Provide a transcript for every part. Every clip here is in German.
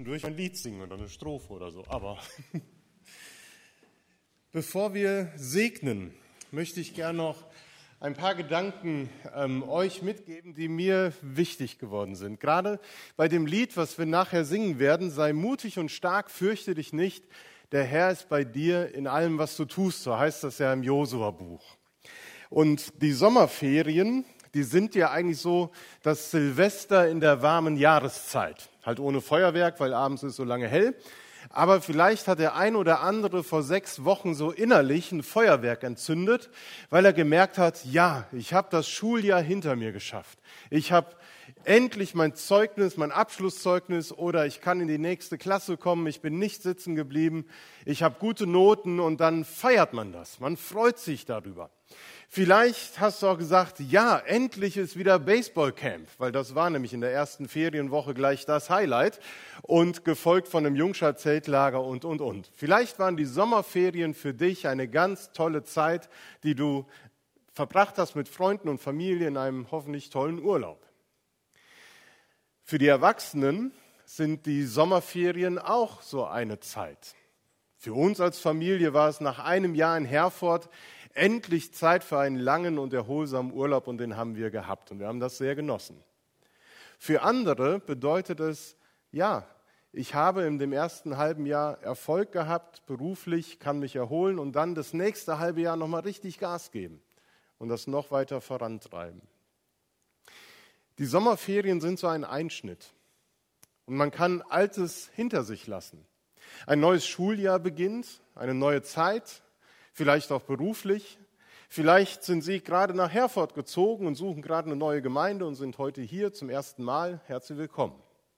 durch ein Lied singen oder eine Strophe oder so. Aber bevor wir segnen, möchte ich gerne noch ein paar Gedanken euch mitgeben, die mir wichtig geworden sind. Gerade bei dem Lied, was wir nachher singen werden, sei mutig und stark, fürchte dich nicht, der Herr ist bei dir in allem, was du tust, so heißt das ja im Josua-Buch. Und die Sommerferien, die sind ja eigentlich so das Silvester in der warmen Jahreszeit. Halt ohne Feuerwerk, weil abends ist so lange hell. Aber vielleicht hat der ein oder andere vor 6 Wochen so innerlich ein Feuerwerk entzündet, weil er gemerkt hat, ja, ich habe das Schuljahr hinter mir geschafft. Ich habe endlich mein Zeugnis, mein Abschlusszeugnis oder ich kann in die nächste Klasse kommen, ich bin nicht sitzen geblieben, ich habe gute Noten und dann feiert man das. Man freut sich darüber. Vielleicht hast du auch gesagt, ja, endlich ist wieder Baseballcamp, weil das war nämlich in der ersten Ferienwoche gleich das Highlight und gefolgt von einem Jungschar-Zeltlager und. Vielleicht waren die Sommerferien für dich eine ganz tolle Zeit, die du verbracht hast mit Freunden und Familie in einem hoffentlich tollen Urlaub. Für die Erwachsenen sind die Sommerferien auch so eine Zeit. Für uns als Familie war es nach einem Jahr in Herford endlich Zeit für einen langen und erholsamen Urlaub und den haben wir gehabt und wir haben das sehr genossen. Für andere bedeutet es, ja, ich habe in dem ersten halben Jahr Erfolg gehabt, beruflich, kann mich erholen und dann das nächste halbe Jahr nochmal richtig Gas geben und das noch weiter vorantreiben. Die Sommerferien sind so ein Einschnitt und man kann Altes hinter sich lassen. Ein neues Schuljahr beginnt, eine neue Zeit, vielleicht auch beruflich. Vielleicht sind Sie gerade nach Herford gezogen und suchen gerade eine neue Gemeinde und sind heute hier zum ersten Mal. Herzlich willkommen.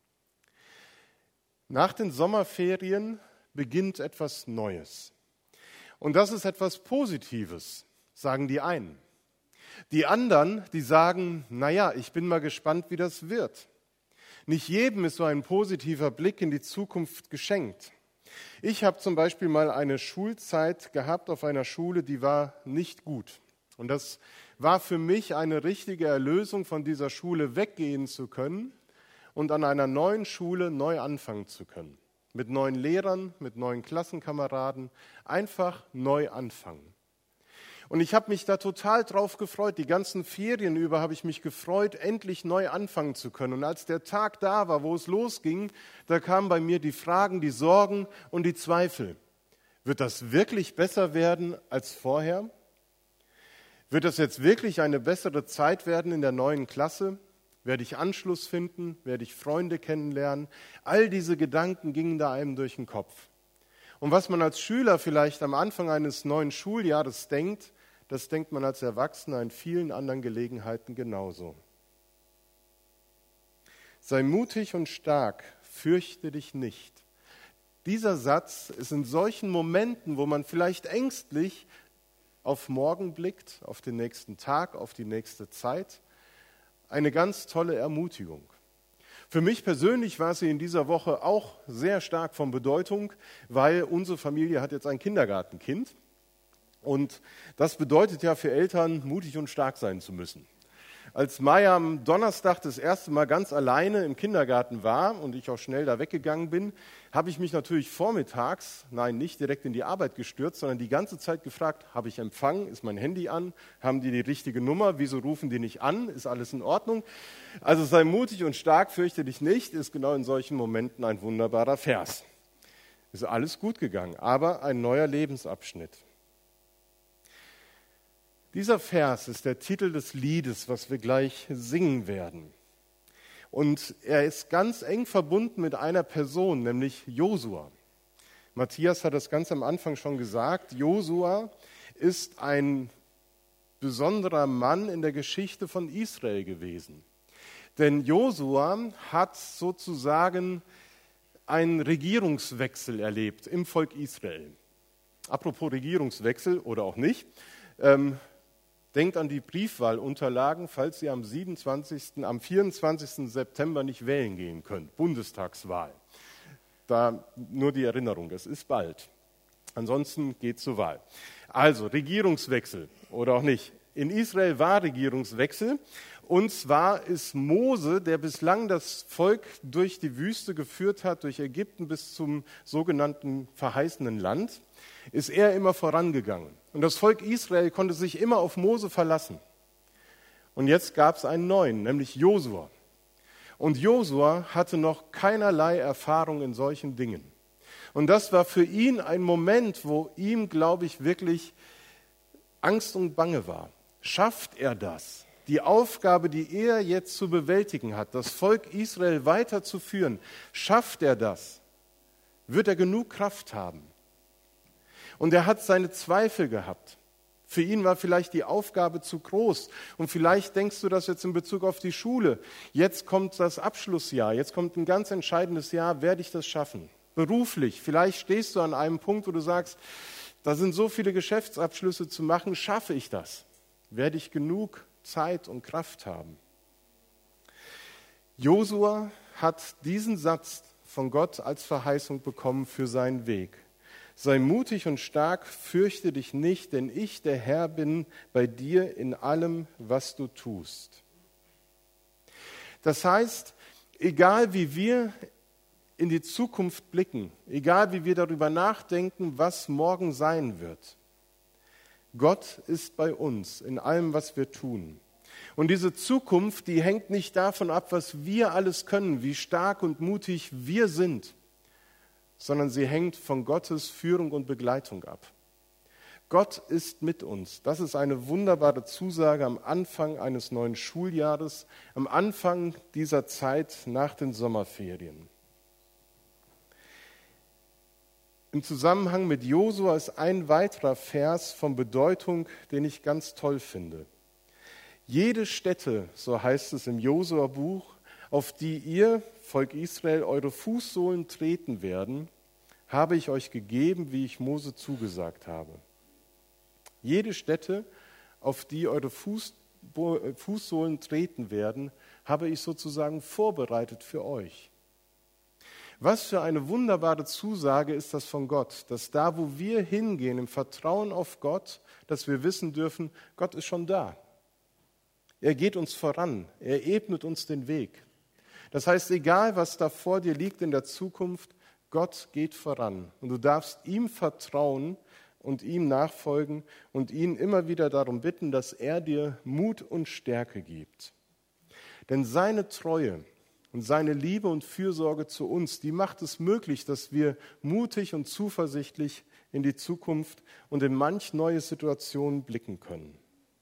Nach den Sommerferien beginnt etwas Neues. Und das ist etwas Positives, sagen die einen. Die anderen, die sagen, naja, ich bin mal gespannt, wie das wird. Nicht jedem ist so ein positiver Blick in die Zukunft geschenkt. Ich habe zum Beispiel mal eine Schulzeit gehabt auf einer Schule, die war nicht gut. Und das war für mich eine richtige Erlösung, von dieser Schule weggehen zu können und an einer neuen Schule neu anfangen zu können. Mit neuen Lehrern, mit neuen Klassenkameraden, einfach neu anfangen. Und ich habe mich da total drauf gefreut. Die ganzen Ferien über habe ich mich gefreut, endlich neu anfangen zu können. Und als der Tag da war, wo es losging, da kamen bei mir die Fragen, die Sorgen und die Zweifel. Wird das wirklich besser werden als vorher? Wird das jetzt wirklich eine bessere Zeit werden in der neuen Klasse? Werde ich Anschluss finden? Werde ich Freunde kennenlernen? All diese Gedanken gingen da einem durch den Kopf. Und was man als Schüler vielleicht am Anfang eines neuen Schuljahres denkt, das denkt man als Erwachsener in vielen anderen Gelegenheiten genauso. Sei mutig und stark, fürchte dich nicht. Dieser Satz ist in solchen Momenten, wo man vielleicht ängstlich auf morgen blickt, auf den nächsten Tag, auf die nächste Zeit, eine ganz tolle Ermutigung. Für mich persönlich war sie in dieser Woche auch sehr stark von Bedeutung, weil unsere Familie hat jetzt ein Kindergartenkind. Und das bedeutet ja für Eltern, mutig und stark sein zu müssen. Als Maya am Donnerstag das erste Mal ganz alleine im Kindergarten war und ich auch schnell da weggegangen bin, habe ich mich natürlich vormittags, nicht direkt in die Arbeit gestürzt, sondern die ganze Zeit gefragt, habe ich Empfang, ist mein Handy an, haben die richtige Nummer, wieso rufen die nicht an, ist alles in Ordnung? Also sei mutig und stark, fürchte dich nicht, ist genau in solchen Momenten ein wunderbarer Vers. Ist alles gut gegangen, aber ein neuer Lebensabschnitt. Dieser Vers ist der Titel des Liedes, was wir gleich singen werden. Und er ist ganz eng verbunden mit einer Person, nämlich Josua. Matthias hat das ganz am Anfang schon gesagt. Josua ist ein besonderer Mann in der Geschichte von Israel gewesen. Denn Josua hat sozusagen einen Regierungswechsel erlebt im Volk Israel. Apropos Regierungswechsel oder auch nicht, denkt an die Briefwahlunterlagen, falls ihr am 24. September nicht wählen gehen könnt. Bundestagswahl. Da nur die Erinnerung, es ist bald. Ansonsten geht zur Wahl. Also Regierungswechsel oder auch nicht. In Israel war Regierungswechsel Und zwar ist Mose, der bislang das Volk durch die Wüste geführt hat, durch Ägypten bis zum sogenannten verheißenen Land, ist er immer vorangegangen. Und das Volk Israel konnte sich immer auf Mose verlassen. Und jetzt gab es einen neuen, nämlich Josua. Und Josua hatte noch keinerlei Erfahrung in solchen Dingen. Und das war für ihn ein Moment, wo ihm, glaube ich, wirklich Angst und Bange war. Schafft er das? Die Aufgabe, die er jetzt zu bewältigen hat, das Volk Israel weiterzuführen, schafft er das? Wird er genug Kraft haben? Und er hat seine Zweifel gehabt. Für ihn war vielleicht die Aufgabe zu groß. Und vielleicht denkst du das jetzt in Bezug auf die Schule. Jetzt kommt das Abschlussjahr, jetzt kommt ein ganz entscheidendes Jahr. Werde ich das schaffen? Beruflich, vielleicht stehst du an einem Punkt, wo du sagst, da sind so viele Geschäftsabschlüsse zu machen, schaffe ich das? Werde ich genug Zeit und Kraft haben? Josua hat diesen Satz von Gott als Verheißung bekommen für seinen Weg. Sei mutig und stark, fürchte dich nicht, denn ich, der Herr, bin bei dir in allem, was du tust. Das heißt, egal wie wir in die Zukunft blicken, egal wie wir darüber nachdenken, was morgen sein wird, Gott ist bei uns in allem, was wir tun. Und diese Zukunft, die hängt nicht davon ab, was wir alles können, wie stark und mutig wir sind, sondern sie hängt von Gottes Führung und Begleitung ab. Gott ist mit uns. Das ist eine wunderbare Zusage am Anfang eines neuen Schuljahres, am Anfang dieser Zeit nach den Sommerferien. Im Zusammenhang mit Josua ist ein weiterer Vers von Bedeutung, den ich ganz toll finde. Jede Stätte, so heißt es im Josua-Buch, auf die ihr, Volk Israel, eure Fußsohlen treten werden, habe ich euch gegeben, wie ich Mose zugesagt habe. Jede Stätte, auf die eure Fußsohlen treten werden, habe ich sozusagen vorbereitet für euch. Was für eine wunderbare Zusage ist das von Gott, dass da, wo wir hingehen, im Vertrauen auf Gott, dass wir wissen dürfen, Gott ist schon da. Er geht uns voran, er ebnet uns den Weg. Das heißt, egal was da vor dir liegt in der Zukunft, Gott geht voran. Und du darfst ihm vertrauen und ihm nachfolgen und ihn immer wieder darum bitten, dass er dir Mut und Stärke gibt. Denn seine Treue und seine Liebe und Fürsorge zu uns, die macht es möglich, dass wir mutig und zuversichtlich in die Zukunft und in manch neue Situationen blicken können.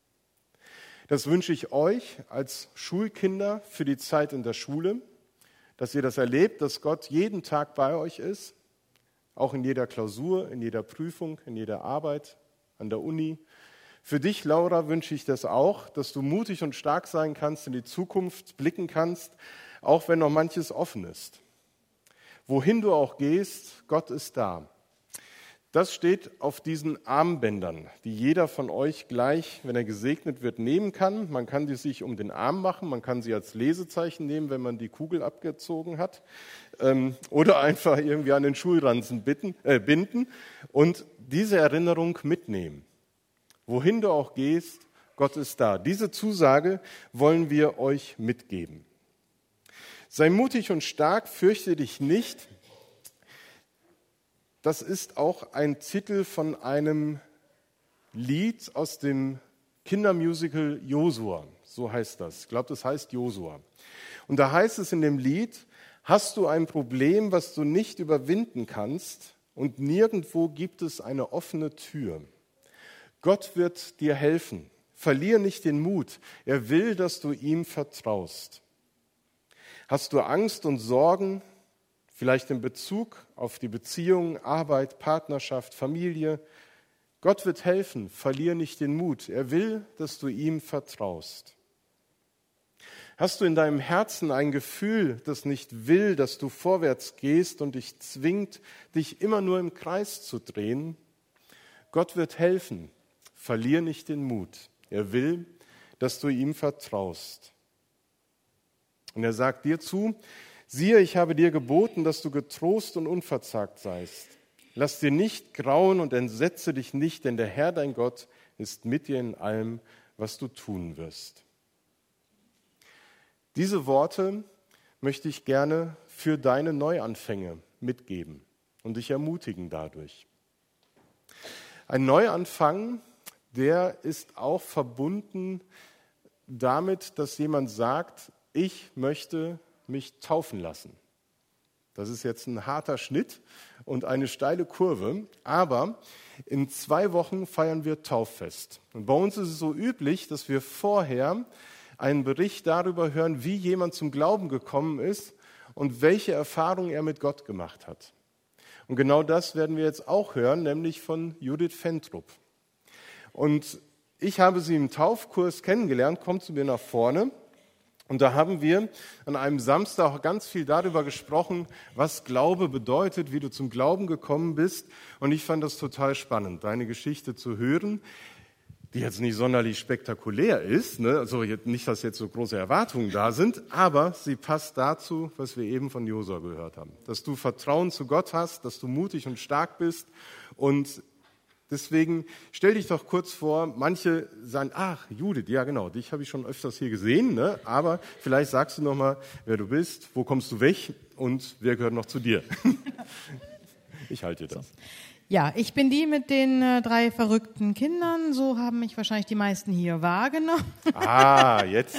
Das wünsche ich euch als Schulkinder für die Zeit in der Schule, dass ihr das erlebt, dass Gott jeden Tag bei euch ist, auch in jeder Klausur, in jeder Prüfung, in jeder Arbeit, an der Uni. Für dich, Laura, wünsche ich das auch, dass du mutig und stark sein kannst, in die Zukunft blicken kannst, auch wenn noch manches offen ist. Wohin du auch gehst, Gott ist da. Das steht auf diesen Armbändern, die jeder von euch gleich, wenn er gesegnet wird, nehmen kann. Man kann die sich um den Arm machen, man kann sie als Lesezeichen nehmen, wenn man die Kugel abgezogen hat, oder einfach irgendwie an den Schulranzen binden und diese Erinnerung mitnehmen. Wohin du auch gehst, Gott ist da. Diese Zusage wollen wir euch mitgeben. Sei mutig und stark, fürchte dich nicht. Das ist auch ein Titel von einem Lied aus dem Kindermusical Josua. So heißt das. Ich glaube, das heißt Josua. Und da heißt es in dem Lied, hast du ein Problem, was du nicht überwinden kannst und nirgendwo gibt es eine offene Tür. Gott wird dir helfen. Verlier nicht den Mut. Er will, dass du ihm vertraust. Hast du Angst und Sorgen, vielleicht in Bezug auf die Beziehung, Arbeit, Partnerschaft, Familie? Gott wird helfen, verlier nicht den Mut. Er will, dass du ihm vertraust. Hast du in deinem Herzen ein Gefühl, das nicht will, dass du vorwärts gehst und dich zwingt, dich immer nur im Kreis zu drehen? Gott wird helfen, verlier nicht den Mut. Er will, dass du ihm vertraust. Und er sagt dir zu, siehe, ich habe dir geboten, dass du getrost und unverzagt seist. Lass dir nicht grauen und entsetze dich nicht, denn der Herr, dein Gott, ist mit dir in allem, was du tun wirst. Diese Worte möchte ich gerne für deine Neuanfänge mitgeben und dich ermutigen dadurch. Ein Neuanfang, der ist auch verbunden damit, dass jemand sagt, ich möchte mich taufen lassen. Das ist jetzt ein harter Schnitt und eine steile Kurve, aber in 2 Wochen feiern wir Tauffest. Und bei uns ist es so üblich, dass wir vorher einen Bericht darüber hören, wie jemand zum Glauben gekommen ist und welche Erfahrungen er mit Gott gemacht hat. Und genau das werden wir jetzt auch hören, nämlich von Judith Fentrup. Und ich habe sie im Taufkurs kennengelernt, kommt zu mir nach vorne. Und da haben wir an einem Samstag ganz viel darüber gesprochen, was Glaube bedeutet, wie du zum Glauben gekommen bist. Und ich fand das total spannend, deine Geschichte zu hören, die jetzt nicht sonderlich spektakulär ist, ne? Also nicht, dass jetzt so große Erwartungen da sind, aber sie passt dazu, was wir eben von Josua gehört haben. Dass du Vertrauen zu Gott hast, dass du mutig und stark bist. Und deswegen stell dich doch kurz vor, manche sagen, ach Judith, ja genau, dich habe ich schon öfters hier gesehen, ne? Aber vielleicht sagst du nochmal, wer du bist, wo kommst du weg und wer gehört noch zu dir? Ich halte dir das. So. Ja, ich bin die mit den 3 verrückten Kindern, so haben mich wahrscheinlich die meisten hier wahrgenommen. Ah, jetzt.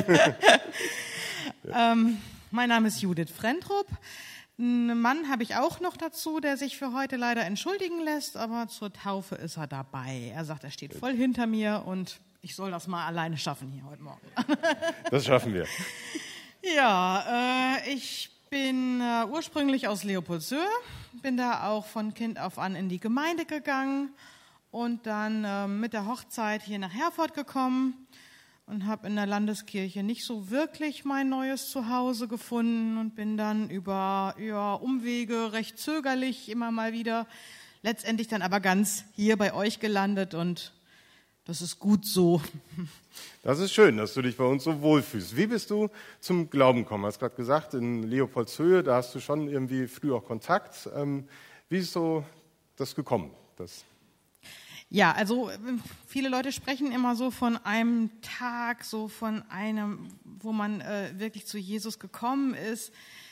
Mein Name ist Judith Fentrup. Einen Mann habe ich auch noch dazu, der sich für heute leider entschuldigen lässt, aber zur Taufe ist er dabei. Er sagt, er steht voll hinter mir und ich soll das mal alleine schaffen hier heute Morgen. Das schaffen wir. Ja, ich bin ursprünglich aus Leopoldshöhe, bin da auch von Kind auf an in die Gemeinde gegangen und dann mit der Hochzeit hier nach Herford gekommen und habe in der Landeskirche nicht so wirklich mein neues Zuhause gefunden und bin dann über Umwege recht zögerlich immer mal wieder, letztendlich dann aber ganz hier bei euch gelandet und das ist gut so. Das ist schön, dass du dich bei uns so wohlfühlst. Wie bist du zum Glauben gekommen? Du hast gerade gesagt, in Leopoldshöhe, da hast du schon irgendwie früh auch Kontakt. Wie ist so das gekommen? Ja, also viele Leute sprechen immer so von einem Tag, so von einem, wo man wirklich zu Jesus gekommen ist.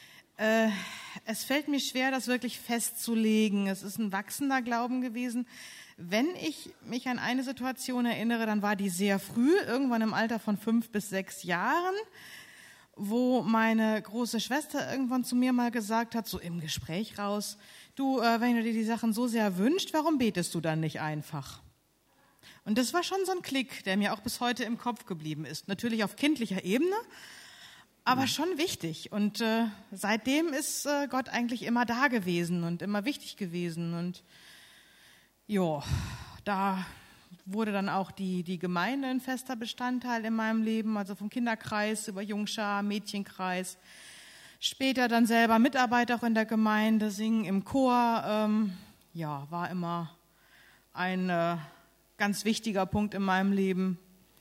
Es fällt mir schwer, das wirklich festzulegen. Es ist ein wachsender Glauben gewesen. Wenn ich mich an eine Situation erinnere, dann war die sehr früh, irgendwann im Alter von 5 bis 6 Jahren, wo meine große Schwester irgendwann zu mir mal gesagt hat, so im Gespräch raus, du, wenn du dir die Sachen so sehr wünschst, warum betest du dann nicht einfach? Und das war schon so ein Klick, der mir auch bis heute im Kopf geblieben ist. Natürlich auf kindlicher Ebene, aber schon wichtig. Und seitdem ist Gott eigentlich immer da gewesen und immer wichtig gewesen. Und ja, da wurde dann auch die Gemeinde ein fester Bestandteil in meinem Leben, also vom Kinderkreis über Jungschar, Mädchenkreis. Später dann selber Mitarbeiter auch in der Gemeinde, singen im Chor. War immer ein ganz wichtiger Punkt in meinem Leben.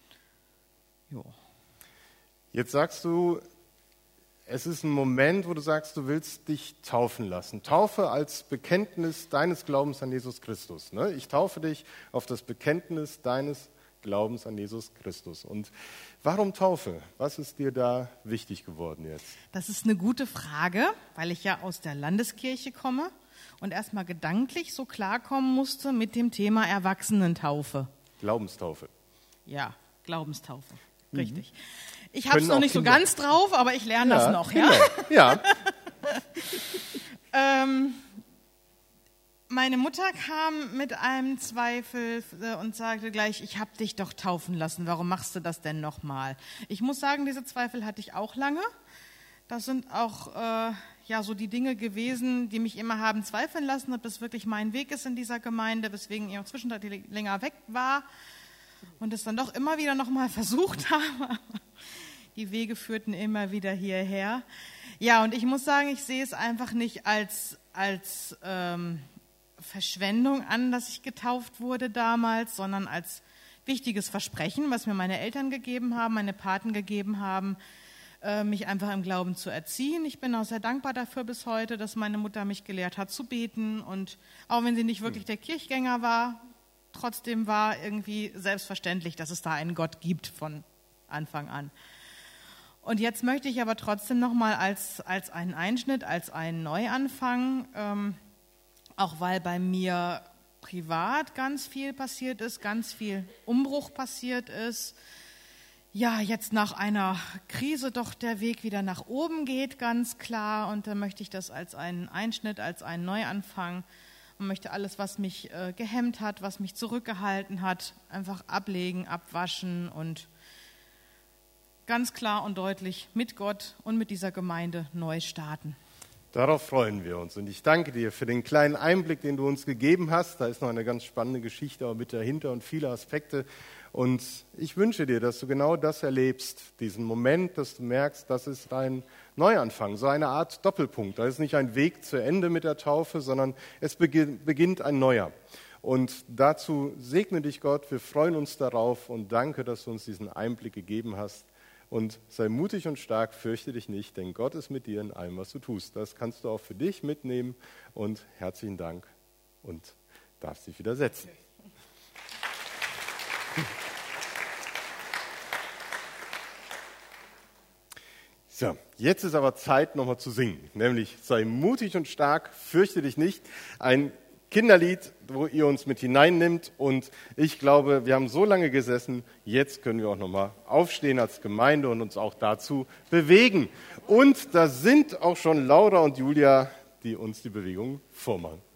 Jo. Jetzt sagst du, es ist ein Moment, wo du sagst, du willst dich taufen lassen. Taufe als Bekenntnis deines Glaubens an Jesus Christus. Ne? Ich taufe dich auf das Bekenntnis deines Glaubens an Jesus Christus. Und warum Taufe? Was ist dir da wichtig geworden jetzt? Das ist eine gute Frage, weil ich ja aus der Landeskirche komme und erstmal gedanklich so klarkommen musste mit dem Thema Erwachsenentaufe. Glaubenstaufe. Ja, Glaubenstaufe, richtig. Ich habe es noch nicht Kinder so ganz drauf, aber ich lerne das noch. Kinder. Ja. Meine Mutter kam mit einem Zweifel und sagte gleich, ich habe dich doch taufen lassen, warum machst du das denn nochmal? Ich muss sagen, diese Zweifel hatte ich auch lange. Das sind auch so die Dinge gewesen, die mich immer haben zweifeln lassen, ob das wirklich mein Weg ist in dieser Gemeinde, weswegen ich auch zwischendurch länger weg war und es dann doch immer wieder nochmal versucht habe. Die Wege führten immer wieder hierher. Ja, und ich muss sagen, ich sehe es einfach nicht als Verschwendung an, dass ich getauft wurde damals, sondern als wichtiges Versprechen, was mir meine Eltern gegeben haben, meine Paten gegeben haben, mich einfach im Glauben zu erziehen. Ich bin auch sehr dankbar dafür bis heute, dass meine Mutter mich gelehrt hat zu beten und auch wenn sie nicht wirklich der Kirchgänger war, trotzdem war irgendwie selbstverständlich, dass es da einen Gott gibt von Anfang an. Und jetzt möchte ich aber trotzdem nochmal als einen Einschnitt, als einen Neuanfang, auch weil bei mir privat ganz viel passiert ist, ganz viel Umbruch passiert ist, ja, jetzt nach einer Krise doch der Weg wieder nach oben geht, ganz klar. Und da möchte ich das als einen Einschnitt, als einen Neuanfang und möchte alles, was mich gehemmt hat, was mich zurückgehalten hat, einfach ablegen, abwaschen und ganz klar und deutlich mit Gott und mit dieser Gemeinde neu starten. Darauf freuen wir uns und ich danke dir für den kleinen Einblick, den du uns gegeben hast. Da ist noch eine ganz spannende Geschichte auch mit dahinter und viele Aspekte. Und ich wünsche dir, dass du genau das erlebst, diesen Moment, dass du merkst, das ist dein Neuanfang, so eine Art Doppelpunkt. Da ist nicht ein Weg zu Ende mit der Taufe, sondern es beginnt ein neuer. Und dazu segne dich Gott, wir freuen uns darauf und danke, dass du uns diesen Einblick gegeben hast. Und sei mutig und stark, fürchte dich nicht, denn Gott ist mit dir in allem, was du tust. Das kannst du auch für dich mitnehmen und herzlichen Dank und darfst dich wieder setzen. So, jetzt ist aber Zeit, nochmal zu singen, nämlich sei mutig und stark, fürchte dich nicht, ein Kinderlied, wo ihr uns mit hineinnimmt und ich glaube, wir haben so lange gesessen, jetzt können wir auch nochmal aufstehen als Gemeinde und uns auch dazu bewegen. Und da sind auch schon Laura und Julia, die uns die Bewegung vormachen.